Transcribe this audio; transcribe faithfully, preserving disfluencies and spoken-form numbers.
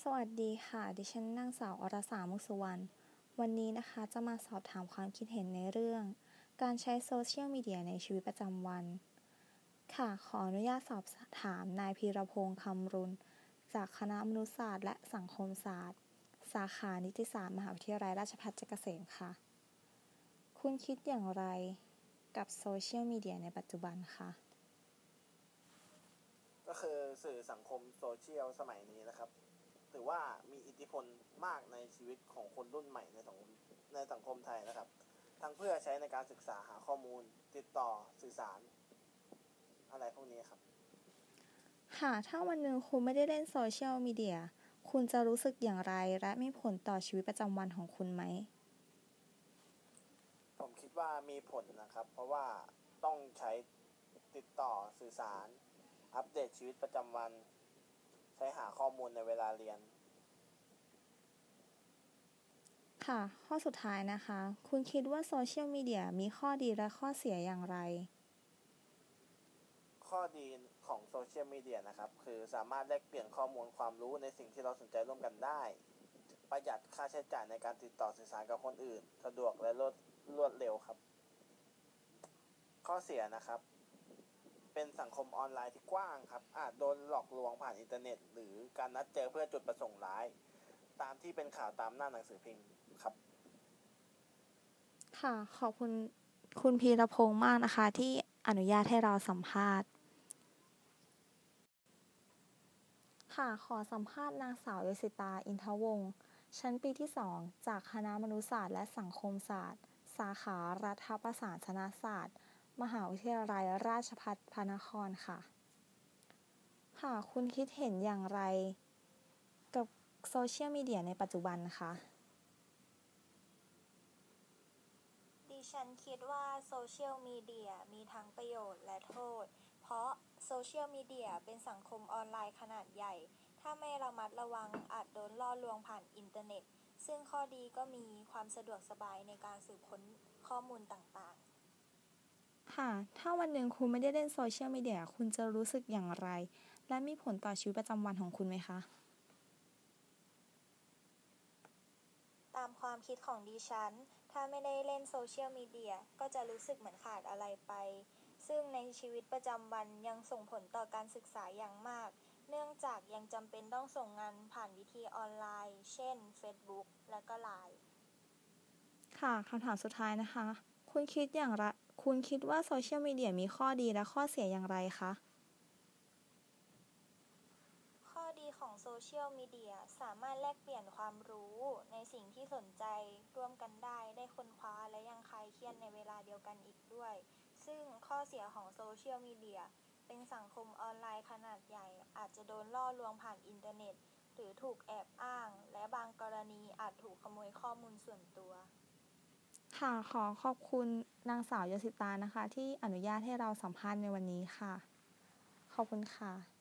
สวัสดีค่ะ ดิฉันนางสาวอรสา มุขสุวรรณ วันนี้นะคะจะมาสอบถามความคิดเห็นในเรื่อง การใช้โซเชียลมีเดียในชีวิตประจำวัน ค่ะ ขออนุญาตสอบถามนายพีรพงษ์ คำรุณ จากคณะมนุษยศาสตร์และสังคมศาสตร์ สาขานิติศาสตร์ มหาวิทยาลัยราชภัฏจักรเกษมค่ะ คุณคิดอย่างไรกับโซเชียลมีเดียในปัจจุบันคะก็คือสื่อสังคมโซเชียลสมัยนี้นะครับถือว่ามีอิทธิพลมากในชีวิตของคนรุ่นใหม่ในสังคมในสังคมไทยนะครับทั้งเพื่อใช้ในการศึกษาหาข้อมูลติดต่อสื่อสารอะไรพวกนี้ครับค่ะ ถ้าวันหนึ่งคุณไม่ได้เล่นโซเชียลมีเดียคุณจะรู้สึกอย่างไรและมีผลต่อชีวิตประจำวันของคุณไหมผมคิดว่ามีผลนะครับเพราะว่าต้องใช้ติดต่อสื่อสารอัปเดตชีวิตประจำวันใช้หาข้อมูลในเวลาเรียนค่ะ ข้อสุดท้ายนะคะ คุณคิดว่าโซเชียลมีเดียมีข้อดีและข้อเสียอย่างไรข้อดีของโซเชียลมีเดียนะครับคือสามารถแลกเปลี่ยนข้อมูลความรู้ในสิ่งที่เราสนใจร่วมกันได้ประหยัดค่าใช้จ่ายในการติดต่อสื่อสารกับคนอื่นสะดวกและรวดรวดเร็วครับข้อเสียนะครับเป็นสังคมออนไลน์ที่กว้างครับอาจโดนหลอกลวงผ่านอินเทอร์เน็ตหรือการนัดเจอเพื่อจุดประสงค์ร้ายตามที่เป็นข่าวตามหน้าหนังสือพิมพ์ครับค่ะ ขอบคุณคุณพีรพงษ์มากนะคะที่อนุญาตให้เราสัมภาษณ์ ค่ะ ขอสัมภาษณ์นางสาว ยศิตา อินทวงศ์ ชั้นปีที่ สอง จากคณะมนุษยศาสตร์และสังคมศาสตร์ สาขารัฐประศาสนศาสตร์ มหาวิทยาลัยราชภัฏพระนครค่ะ ค่ะ คุณคิดเห็นอย่างไรกับโซเชียลมีเดียในปัจจุบันคะดิฉันคิดว่าโซเชียลมีเดียมีทั้งประโยชน์และโทษ เพราะโซเชียลมีเดียเป็นสังคมออนไลน์ขนาดใหญ่ ถ้าไม่ระมัดระวังอาจโดนล่อลวงผ่านอินเทอร์เน็ต ซึ่งข้อดีก็มีความสะดวกสบายในการสืบค้นข้อมูลต่างๆค่ะ ถ้าวันหนึ่งคุณไม่ได้เล่นโซเชียลมีเดียคุณจะรู้สึกอย่างไร และมีผลต่อชีวิตประจำวันของคุณไหมคะตามความคิดของดิฉัน ถ้าไม่ได้เล่นโซเชียลมีเดียก็จะรู้สึกเหมือนขาดอะไรไป ซึ่งในชีวิตประจำวันยังส่งผลต่อการศึกษาอย่างมาก เนื่องจากยังจำเป็นต้องส่งงานผ่านวิธีออนไลน์ เช่น Facebook และก็ ไลน์ค่ะคำถามสุดท้ายนะคะ คุณคิดอย่างไรคุณคิดว่าโซเชียลมีเดียมีข้อดีและข้อเสียอย่างไรคะข้อดีของโซเชียลมีเดียสามารถแลกเปลี่ยนความรู้ในสิ่งที่สนใจร่วมกันได้ ได้ค้นคว้าและยังคลายเครียดในเวลาเดียวกันอีกด้วย ซึ่งข้อเสียของโซเชียลมีเดียเป็นสังคมออนไลน์ขนาดใหญ่ อาจจะโดนล่อลวงผ่านอินเทอร์เน็ต หรือถูกแอบอ้าง และบางกรณีอาจถูกขโมยข้อมูลส่วนตัวค่ะ ขอขอบคุณนางสาว ยศิตา นะคะ ที่อนุญาตให้เราสัมภาษณ์ในวันนี้ค่ะ ขอบคุณค่ะ